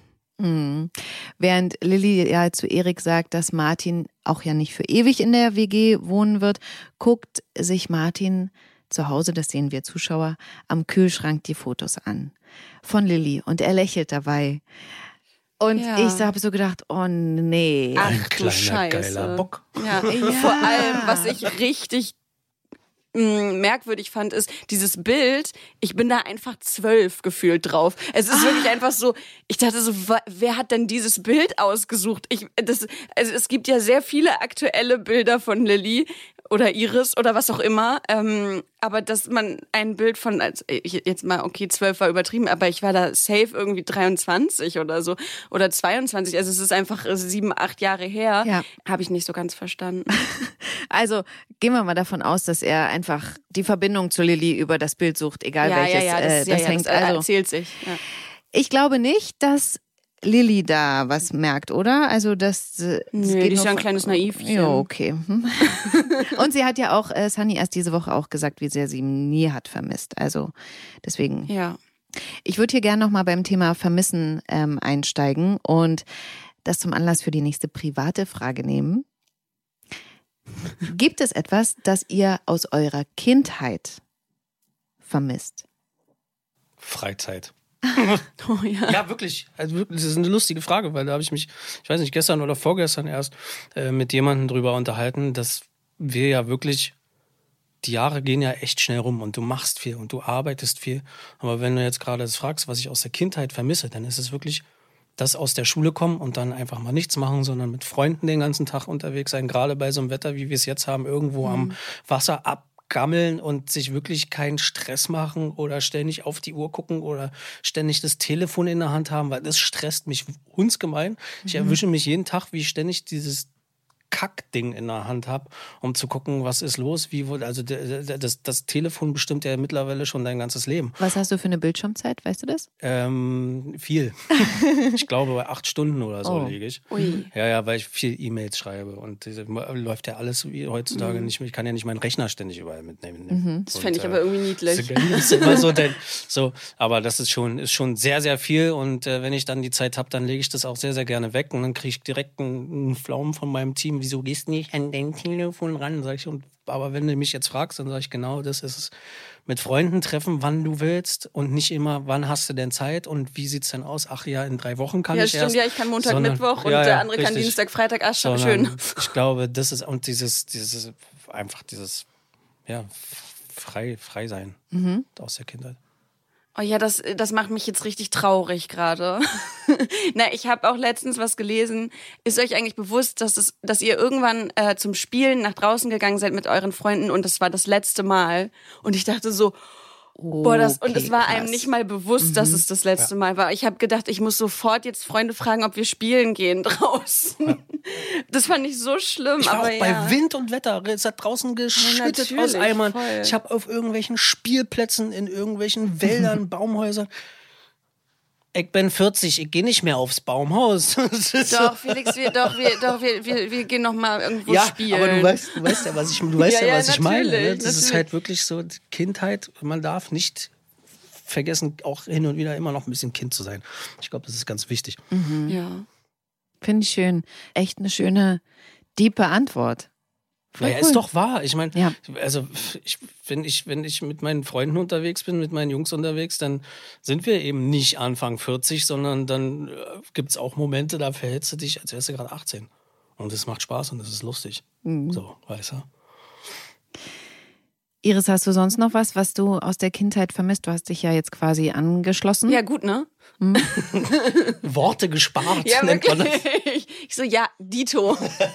Während Lilly ja zu Erik sagt, dass Martin auch ja nicht für ewig in der WG wohnen wird, guckt sich Martin zu Hause, das sehen wir Zuschauer, am Kühlschrank die Fotos an von Lilly und er lächelt dabei. Und ich habe so gedacht, oh nee. Ach, Ein kleiner, Scheiße. geiler Bock. Ja. Vor allem, was ich richtig merkwürdig fand, ist dieses Bild, ich bin da einfach 12 gefühlt drauf. Es ist wirklich einfach so, ich dachte so, wer hat denn dieses Bild ausgesucht? Also es gibt ja sehr viele aktuelle Bilder von Lilly oder Iris oder was auch immer, aber dass man ein Bild von, jetzt mal, okay, 12 war übertrieben, aber ich war da safe irgendwie 23 oder so oder 22, also es ist einfach 7, 8 Jahre her, habe ich nicht so ganz verstanden. Also gehen wir mal davon aus, dass er einfach die Verbindung zu Lilly über das Bild sucht, egal welches. Das hängt also. Erzählt sich. Ja. Ich glaube nicht, dass Lilly da was merkt, oder? Also das Nö, die ist ja ein kleines Naivchen. Ja, okay. Und sie hat ja auch, Sunny erst diese Woche auch gesagt, wie sehr sie ihn nie hat vermisst. Also deswegen. Ja. Ich würde hier gerne nochmal beim Thema Vermissen einsteigen und das zum Anlass für die nächste private Frage nehmen. Gibt es etwas, das ihr aus eurer Kindheit vermisst? Freizeit. Oh, ja. Ja, wirklich. Also wirklich, das ist eine lustige Frage, weil da habe ich mich, ich weiß nicht, gestern oder vorgestern erst mit jemandem drüber unterhalten, dass wir ja wirklich, die Jahre gehen ja echt schnell rum und du machst viel und du arbeitest viel. Aber wenn du jetzt gerade das fragst, was ich aus der Kindheit vermisse, dann ist es wirklich das aus der Schule kommen und dann einfach mal nichts machen, sondern mit Freunden den ganzen Tag unterwegs sein, gerade bei so einem Wetter, wie wir es jetzt haben, irgendwo am Wasser abgammeln und sich wirklich keinen Stress machen oder ständig auf die Uhr gucken oder ständig das Telefon in der Hand haben, weil das stresst mich hundsgemein. Ich erwische mich jeden Tag, wie ich ständig dieses Kackding in der Hand habe, um zu gucken, was ist los, also das Telefon bestimmt ja mittlerweile schon dein ganzes Leben. Was hast du für eine Bildschirmzeit, weißt du das? Viel. Ich glaube, bei 8 Stunden oder so liege ich. Ui. Ja, weil ich viel E-Mails schreibe und läuft ja alles wie heutzutage nicht mehr. Ich kann ja nicht meinen Rechner ständig überall mitnehmen. Das fände ich aber irgendwie niedlich. Das ist immer so, aber das ist schon sehr, sehr viel und wenn ich dann die Zeit habe, dann lege ich das auch sehr, sehr gerne weg und dann kriege ich direkt einen Pflaumen von meinem Team. Wieso gehst du nicht an dein Telefon ran? Sag ich, aber wenn du mich jetzt fragst, dann sage ich genau, das ist es. Mit Freunden treffen, wann du willst und nicht immer, wann hast du denn Zeit und wie sieht's denn aus? Ach ja, in 3 Wochen kann ich erst. Ja, ich kann Montag, Mittwoch und der andere kann Dienstag, Freitag, schön. Ich glaube, das ist, und dieses frei sein aus der Kindheit. Oh ja, das macht mich jetzt richtig traurig gerade. Na, ich habe auch letztens was gelesen. Ist euch eigentlich bewusst, dass ihr irgendwann zum Spielen nach draußen gegangen seid mit euren Freunden und das war das letzte Mal? Und ich dachte so, Boah, und es war krass. einem nicht mal bewusst, dass es das letzte Mal war. Ich habe gedacht, ich muss sofort jetzt Freunde fragen, ob wir spielen gehen draußen. Ja. Das fand ich so schlimm. Ich war aber auch bei Wind und Wetter. Es hat draußen geschüttet aus Eimern. Voll. Ich habe auf irgendwelchen Spielplätzen, in irgendwelchen Wäldern, Baumhäusern. Ich bin 40, ich gehe nicht mehr aufs Baumhaus. Doch, Felix, wir gehen noch mal irgendwo spielen. Aber du weißt ja, was ich meine. Ne? Das ist halt wirklich so Kindheit. Man darf nicht vergessen, auch hin und wieder immer noch ein bisschen Kind zu sein. Ich glaube, das ist ganz wichtig. Mhm. Ja. Finde ich schön. Echt eine schöne, diepe Antwort. Naja, ist doch wahr. Ich meine, ja. also wenn ich mit meinen Freunden unterwegs bin, mit meinen Jungs unterwegs, dann sind wir eben nicht Anfang 40, sondern dann gibt es auch Momente, da verhältst du dich, als wärst du gerade 18. Und es macht Spaß und es ist lustig. So, weißt du? Iris, hast du sonst noch was du aus der Kindheit vermisst? Du hast dich ja jetzt quasi angeschlossen. Ja, gut, ne? Worte gespart, ja, nennt man das. Ich so, ja, dito.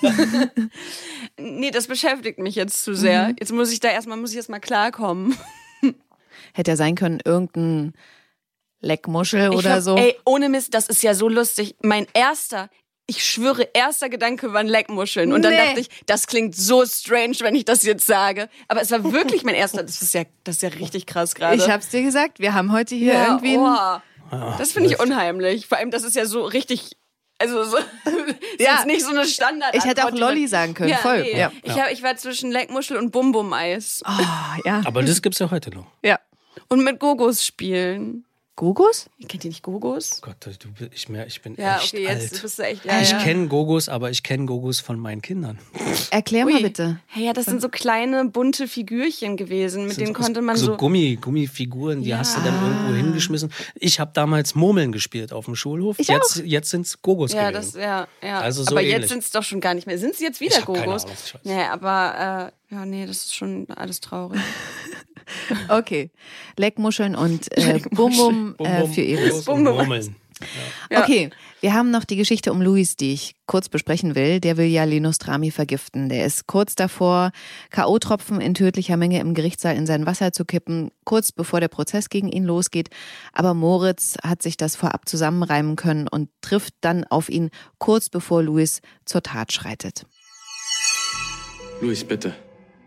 Nee, das beschäftigt mich jetzt zu sehr. Jetzt muss ich erstmal klarkommen. Hätte ja sein können, irgendein Leckmuschel oder so. Ey, ohne Mist, das ist ja so lustig. Ich schwöre, erster Gedanke waren Leckmuscheln. Und dann dachte ich, das klingt so strange, wenn ich das jetzt sage. Aber es war wirklich mein erster. Das ist ja richtig krass gerade. Ich hab's dir gesagt, wir haben heute hier irgendwie das finde ich unheimlich. Vor allem, das ist ja so richtig. Also so, ist jetzt nicht so eine Standard. Ich hätte auch Lolli sagen können, voll. Nee. Ja. Ich war zwischen Leckmuschel und Bum-Bum-Eis. Oh, ja. Aber das gibt's ja heute noch. Ja. Und mit Gogos spielen. Gogos? Kennt ihr nicht Gogos? Gott, ich bin echt okay, alt. jetzt bist du echt. Ich kenne Gogos, aber ich kenne Gogos von meinen Kindern. Erklär mal bitte. Hey, ja, das sind so kleine, bunte Figürchen gewesen, mit denen konnte man so... Gummifiguren, die hast du dann irgendwo hingeschmissen. Ich habe damals Murmeln gespielt auf dem Schulhof. Jetzt sind es Gogos gewesen. Ja. Also so aber ähnlich. Jetzt sind es doch schon gar nicht mehr. Sind es jetzt wieder Gogos? Keine Ahnung, ich weiß. Nee, aber das ist schon alles traurig. Okay. Leckmuscheln und Bum-Bum für Iris. Murmeln. Ja. Okay, wir haben noch die Geschichte um Luis, die ich kurz besprechen will. Der will ja Lenostrami vergiften. Der ist kurz davor, K.O.-Tropfen in tödlicher Menge im Gerichtssaal in sein Wasser zu kippen, kurz bevor der Prozess gegen ihn losgeht. Aber Moritz hat sich das vorab zusammenreimen können und trifft dann auf ihn, kurz bevor Luis zur Tat schreitet. Luis, bitte.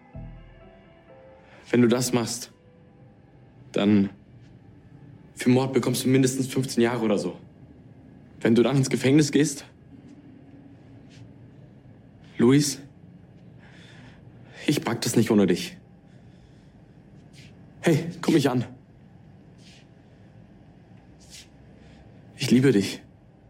Wenn du das machst, dann für Mord bekommst du mindestens 15 Jahre oder so. Wenn du dann ins Gefängnis gehst, Luis, ich pack das nicht ohne dich. Hey, guck mich an. Ich liebe dich.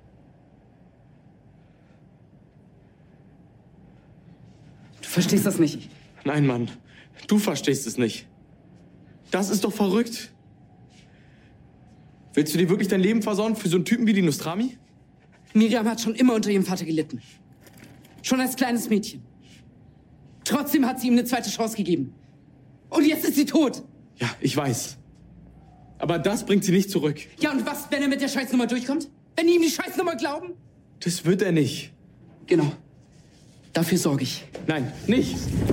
Du verstehst das nicht. Nein, Mann. Du verstehst es nicht. Das ist doch verrückt. Willst du dir wirklich dein Leben versauen für so einen Typen wie die Nostrami? Miriam hat schon immer unter ihrem Vater gelitten. Schon als kleines Mädchen. Trotzdem hat sie ihm eine zweite Chance gegeben. Und jetzt ist sie tot. Ja, ich weiß. Aber das bringt sie nicht zurück. Ja, und was, wenn er mit der Scheißnummer durchkommt? Wenn die ihm die Scheißnummer glauben? Das wird er nicht. Genau. Dafür sorge ich. Nein, nicht.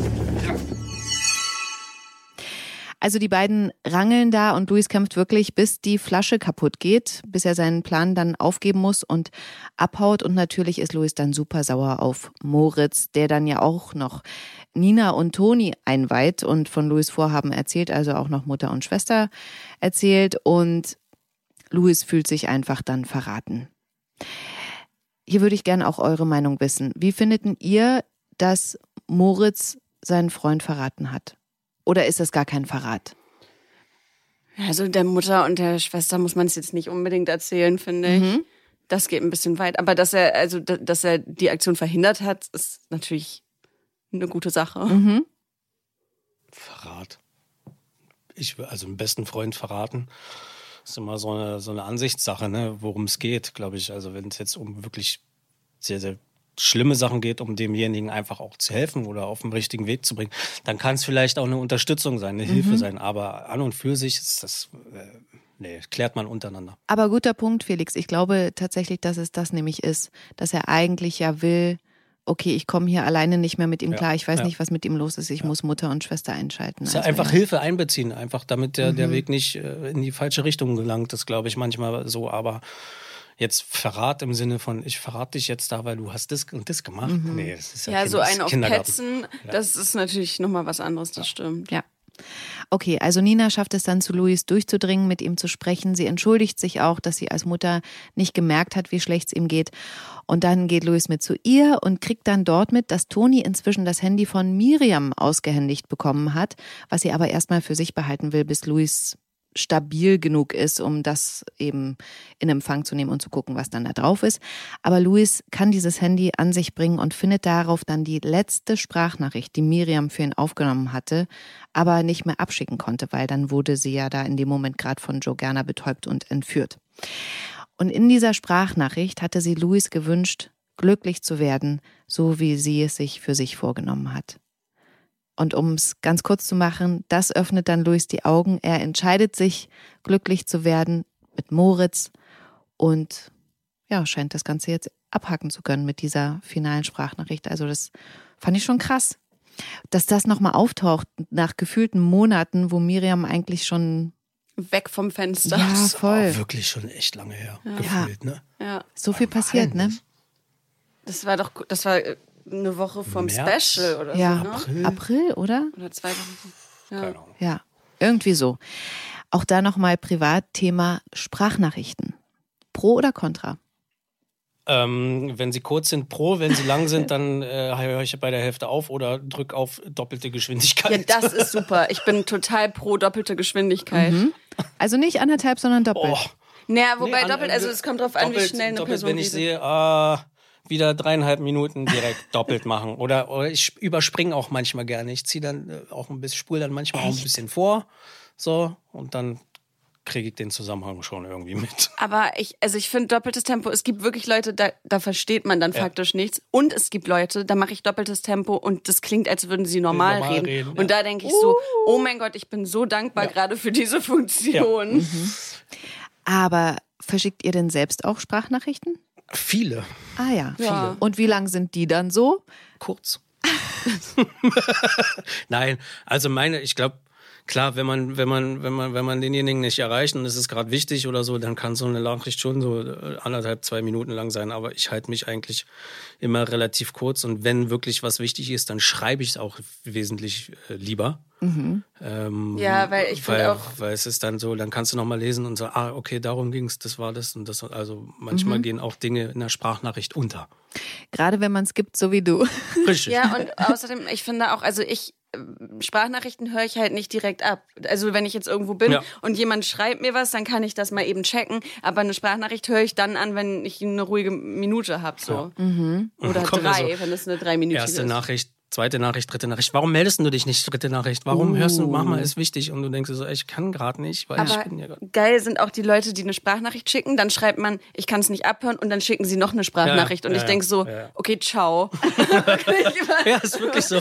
Also die beiden rangeln da und Luis kämpft wirklich, bis die Flasche kaputt geht, bis er seinen Plan dann aufgeben muss und abhaut. Und natürlich ist Luis dann super sauer auf Moritz, der dann ja auch noch Nina und Toni einweiht und von Luis Vorhaben erzählt, also auch noch Mutter und Schwester erzählt. Und Luis fühlt sich einfach dann verraten. Hier würde ich gerne auch eure Meinung wissen. Wie findet ihr, dass Moritz seinen Freund verraten hat? Oder ist das gar kein Verrat? Also der Mutter und der Schwester muss man es jetzt nicht unbedingt erzählen, finde ich. Das geht ein bisschen weit. Aber dass er die Aktion verhindert hat, ist natürlich eine gute Sache. Verrat. Also einen besten Freund verraten, ist immer so eine Ansichtssache, ne, worum es geht, glaube ich. Also wenn es jetzt um wirklich sehr, sehr schlimme Sachen geht, um demjenigen einfach auch zu helfen oder auf den richtigen Weg zu bringen, dann kann es vielleicht auch eine Unterstützung sein, eine Hilfe sein. Aber an und für sich ist das, klärt man untereinander. Aber guter Punkt, Felix. Ich glaube tatsächlich, dass es das nämlich ist, dass er eigentlich ja will, okay, ich komme hier alleine nicht mehr mit ihm klar, ich weiß nicht, was mit ihm los ist, ich muss Mutter und Schwester einschalten. Also einfach Hilfe einbeziehen, einfach damit der Weg nicht in die falsche Richtung gelangt, das glaube ich manchmal so, aber jetzt Verrat im Sinne von, ich verrate dich jetzt da, weil du hast das und das gemacht. Nee, das ist ja so einen auf Petzen, das ist natürlich nochmal was anderes, das stimmt. Ja. Okay, also Nina schafft es dann zu Luis durchzudringen, mit ihm zu sprechen. Sie entschuldigt sich auch, dass sie als Mutter nicht gemerkt hat, wie schlecht es ihm geht. Und dann geht Luis mit zu ihr und kriegt dann dort mit, dass Toni inzwischen das Handy von Miriam ausgehändigt bekommen hat, was sie aber erstmal für sich behalten will, bis Luis stabil genug ist, um das eben in Empfang zu nehmen und zu gucken, was dann da drauf ist. Aber Luis kann dieses Handy an sich bringen und findet darauf dann die letzte Sprachnachricht, die Miriam für ihn aufgenommen hatte, aber nicht mehr abschicken konnte, weil dann wurde sie ja da in dem Moment gerade von Joe Gerner betäubt und entführt. Und in dieser Sprachnachricht hatte sie Luis gewünscht, glücklich zu werden, so wie sie es sich für sich vorgenommen hat. Und um es ganz kurz zu machen, das öffnet dann Luis die Augen. Er entscheidet sich, glücklich zu werden mit Moritz und ja, scheint das Ganze jetzt abhaken zu können mit dieser finalen Sprachnachricht. Also das fand ich schon krass, dass das nochmal auftaucht nach gefühlten Monaten, wo Miriam eigentlich schon weg vom Fenster. Ja, voll. Das war wirklich schon echt lange her, gefühlt, ne? Ja. So viel passiert, ne? Das war eine Woche vom März? Special oder Ja, so, ne? April, oder? Oder 2 Wochen. Ja. Keine Ahnung. Ja, irgendwie so. Auch da nochmal Privatthema Sprachnachrichten. Pro oder contra? Wenn sie kurz sind, pro. Wenn sie lang sind, dann höre ich bei der Hälfte auf oder drücke auf doppelte Geschwindigkeit. Ja, das ist super. Ich bin total pro doppelte Geschwindigkeit. Also nicht 1,5, sondern doppelt. Oh. Naja, wobei doppelt, also es kommt drauf an, wie schnell eine Person wenn ich sehe, wieder 3,5 Minuten direkt doppelt machen. Oder ich überspringe auch manchmal gerne. Ich ziehe dann auch ein bisschen, spule dann manchmal auch ein bisschen vor. So, und dann kriege ich den Zusammenhang schon irgendwie mit. Aber ich finde doppeltes Tempo, es gibt wirklich Leute, da versteht man dann faktisch nichts. Und es gibt Leute, da mache ich doppeltes Tempo und das klingt, als würden sie normal reden. Und da denke ich so, oh mein Gott, ich bin so dankbar gerade für diese Funktion. Ja. Aber verschickt ihr denn selbst auch Sprachnachrichten? Viele. Ah ja, Ja. viele. Und wie lang sind die dann so? Kurz. Nein, also ich glaube, klar, wenn man denjenigen nicht erreicht und es ist gerade wichtig oder so, dann kann so eine Nachricht schon so 1,5, 2 Minuten lang sein. Aber ich halte mich eigentlich immer relativ kurz. Und wenn wirklich was wichtig ist, dann schreibe ich es auch wesentlich lieber. Ja, weil ich finde auch... Weil es ist dann so, dann kannst du nochmal lesen und so, okay, darum ging es, das war das und das. Also manchmal gehen auch Dinge in der Sprachnachricht unter. Gerade wenn man es gibt, so wie du. Richtig. Ja, und außerdem, ich finde auch, Sprachnachrichten höre ich halt nicht direkt ab. Also wenn ich jetzt irgendwo bin und jemand schreibt mir was, dann kann ich das mal eben checken. Aber eine Sprachnachricht höre ich dann an, wenn ich eine ruhige Minute habe. So. Ja. Oder Kommt 3, also wenn es eine 3-minütige erste ist. Nachricht, zweite Nachricht, dritte Nachricht. Warum meldest du dich nicht? Dritte Nachricht. Warum hörst du, mach mal, ist wichtig. Und du denkst so, ich kann gerade nicht, weil Aber ich bin ja gerade. geil sind auch die Leute, die eine Sprachnachricht schicken, dann schreibt man, ich kann es nicht abhören und dann schicken sie noch eine Sprachnachricht. Und ich denke so, okay, ciao. Ja, ist wirklich so.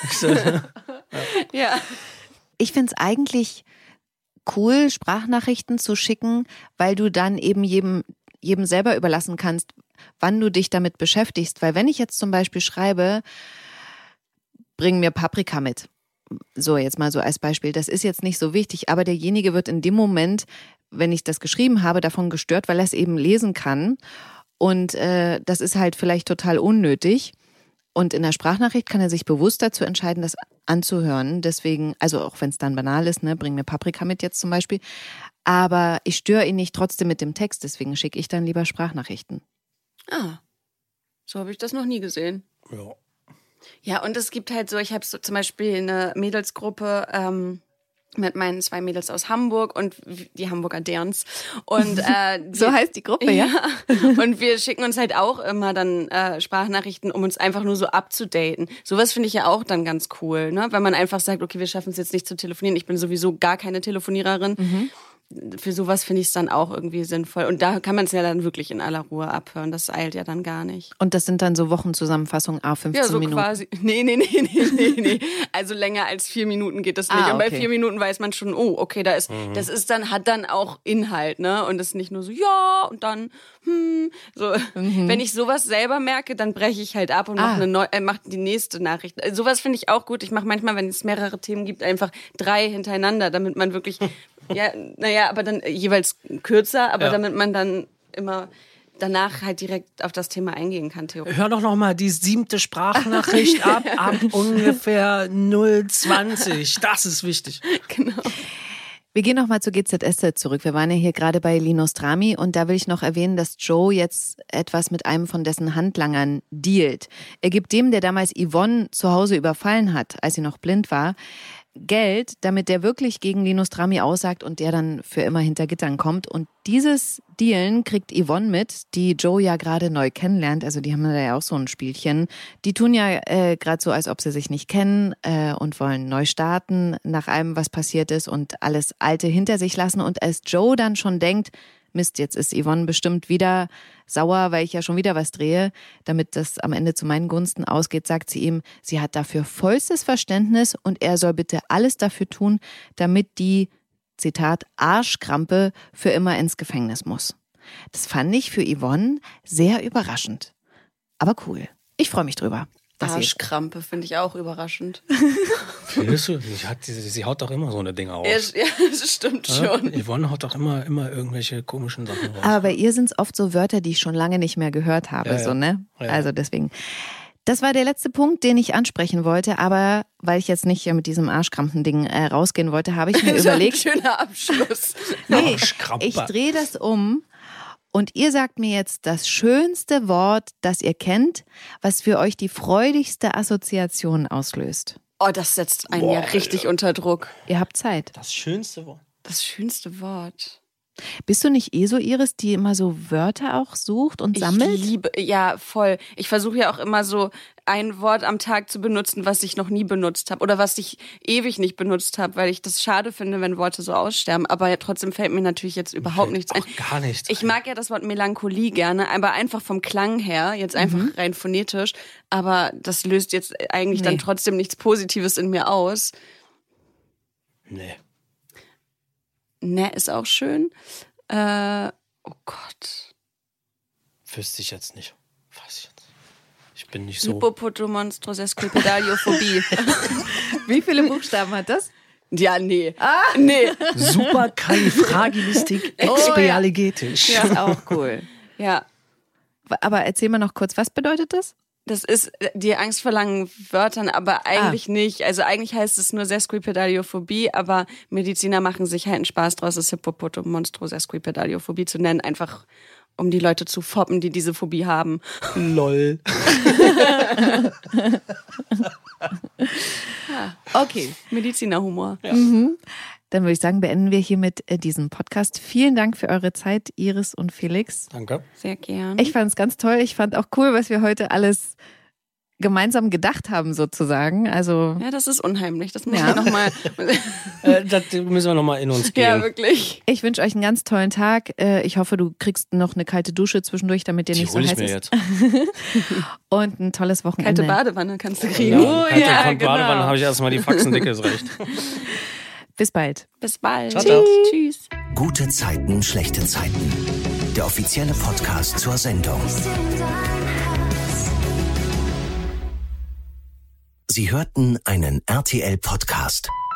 Ja. Ich finde es eigentlich cool, Sprachnachrichten zu schicken, weil du dann eben jedem selber überlassen kannst, wann du dich damit beschäftigst. Weil wenn ich jetzt zum Beispiel schreibe, bring mir Paprika mit. So, jetzt mal so als Beispiel. Das ist jetzt nicht so wichtig, aber derjenige wird in dem Moment, wenn ich das geschrieben habe, davon gestört, weil er es eben lesen kann. Und das ist halt vielleicht total unnötig. Und in der Sprachnachricht kann er sich bewusst dazu entscheiden, das anzuhören. Deswegen, also auch wenn es dann banal ist, ne, bring mir Paprika mit jetzt zum Beispiel. Aber ich störe ihn nicht trotzdem mit dem Text, deswegen schicke ich dann lieber Sprachnachrichten. Ah, so habe ich das noch nie gesehen. Ja. Ja, und es gibt halt so, ich habe so zum Beispiel eine Mädelsgruppe mit meinen 2 Mädels aus Hamburg und die Hamburger Derns. Und so heißt die Gruppe, ja? Und wir schicken uns halt auch immer dann Sprachnachrichten, um uns einfach nur so abzudaten. Sowas finde ich ja auch dann ganz cool, ne? Wenn man einfach sagt, okay, wir schaffen es jetzt nicht zu telefonieren. Ich bin sowieso gar keine Telefoniererin. für sowas finde ich es dann auch irgendwie sinnvoll. Und da kann man es ja dann wirklich in aller Ruhe abhören. Das eilt ja dann gar nicht. Und das sind dann so Wochenzusammenfassungen, 15 ja, so Minuten? Quasi. Nee. Also länger als 4 Minuten geht das nicht. Okay. Und bei 4 Minuten weiß man schon, oh, okay, das ist dann, hat dann auch Inhalt, ne? Und das ist nicht nur so, ja, und dann, so. Wenn ich sowas selber merke, dann breche ich halt ab und mache die nächste Nachricht. Also sowas finde ich auch gut. Ich mache manchmal, wenn es mehrere Themen gibt, einfach 3 hintereinander, damit man wirklich, aber dann jeweils kürzer, aber damit man dann immer danach halt direkt auf das Thema eingehen kann, theoretisch. Hör doch noch mal die 7. Sprachnachricht ab ungefähr 0:20. Das ist wichtig. Genau. Wir gehen nochmal zu GZSZ zurück. Wir waren ja hier gerade bei Linus Drami und da will ich noch erwähnen, dass Joe jetzt etwas mit einem von dessen Handlangern dealt. Er gibt dem, der damals Yvonne zu Hause überfallen hat, als sie noch blind war, Geld, damit der wirklich gegen Linus Drami aussagt und der dann für immer hinter Gittern kommt. Und dieses Dealen kriegt Yvonne mit, die Joe ja gerade neu kennenlernt. Also die haben da ja auch so ein Spielchen. Die tun ja gerade so, als ob sie sich nicht kennen und wollen neu starten nach allem, was passiert ist und alles Alte hinter sich lassen. Und als Joe dann schon denkt, Mist, jetzt ist Yvonne bestimmt wieder sauer, weil ich ja schon wieder was drehe, damit das am Ende zu meinen Gunsten ausgeht, sagt sie ihm, sie hat dafür vollstes Verständnis und er soll bitte alles dafür tun, damit die, Zitat, Arschkrampe für immer ins Gefängnis muss. Das fand ich für Yvonne sehr überraschend. Aber cool. Ich freue mich drüber. Arschkrampe finde ich auch überraschend. Findest du? Sie haut doch immer so eine Dinge aus. Ja, das stimmt schon. Yvonne haut doch immer irgendwelche komischen Sachen raus. Aber bei ihr sind es oft so Wörter, die ich schon lange nicht mehr gehört habe. Ja. So, ne? Ja. Also deswegen. Das war der letzte Punkt, den ich ansprechen wollte, aber weil ich jetzt nicht mit diesem Arschkrampen-Ding rausgehen wollte, habe ich mir überlegt. Ein schöner Abschluss. Nee, ich drehe das um. Und ihr sagt mir jetzt das schönste Wort, das ihr kennt, was für euch die freudigste Assoziation auslöst. Oh, das setzt einen ja richtig unter Druck. Ihr habt Zeit. Das schönste Wort. Das schönste Wort. Bist du nicht so, Iris, die immer so Wörter auch sucht und sammelt? Ich liebe, ja, voll. Ich versuche ja auch immer so ein Wort am Tag zu benutzen, was ich noch nie benutzt habe oder was ich ewig nicht benutzt habe, weil ich das schade finde, wenn Worte so aussterben. Aber ja, trotzdem fällt mir natürlich jetzt überhaupt nichts ein. Gar nichts. Ich mag ja das Wort Melancholie gerne, aber einfach vom Klang her, jetzt einfach rein phonetisch. Aber das löst jetzt eigentlich dann trotzdem nichts Positives in mir aus. Nee. Ne, ist auch schön. Oh Gott. Wüsste ich jetzt nicht. Weiß ich jetzt. Ich bin nicht so. Hippopotomonstrosesquipedaliophobie. Wie viele Buchstaben hat das? Ja, nee. Nee. Superkalifragilistik-expialigetisch. Das ist auch cool. Ja. Aber erzähl mal noch kurz, was bedeutet das? Das ist die Angst vor langen Wörtern, aber eigentlich nicht. Also eigentlich heißt es nur Sesquipedaliophobie, aber Mediziner machen sich halt einen Spaß draus, es Hippopotomonstrosesquipedaliophobie zu nennen, einfach um die Leute zu foppen, die diese Phobie haben. Lol. Okay. Medizinerhumor. Ja. Dann würde ich sagen, beenden wir hiermit diesen Podcast. Vielen Dank für eure Zeit, Iris und Felix. Danke. Sehr gern. Ich fand es ganz toll. Ich fand auch cool, was wir heute alles gemeinsam gedacht haben, sozusagen. Also ja, das ist unheimlich. Das muss man nochmal. Das müssen wir nochmal in uns gehen. Ja, wirklich. ich wünsche euch einen ganz tollen Tag. Ich hoffe, du kriegst noch eine kalte Dusche zwischendurch, damit dir Die nicht so hol ich heiß mir ist. jetzt. Und ein tolles Wochenende. Kalte Badewanne kannst du kriegen. Ja, von genau. Badewanne habe ich erstmal die Faxen dicke, ist recht. Bis bald. Bis bald. Ciao, ciao. Tschüss. Gute Zeiten, schlechte Zeiten. Der offizielle Podcast zur Sendung. Sie hörten einen RTL-Podcast.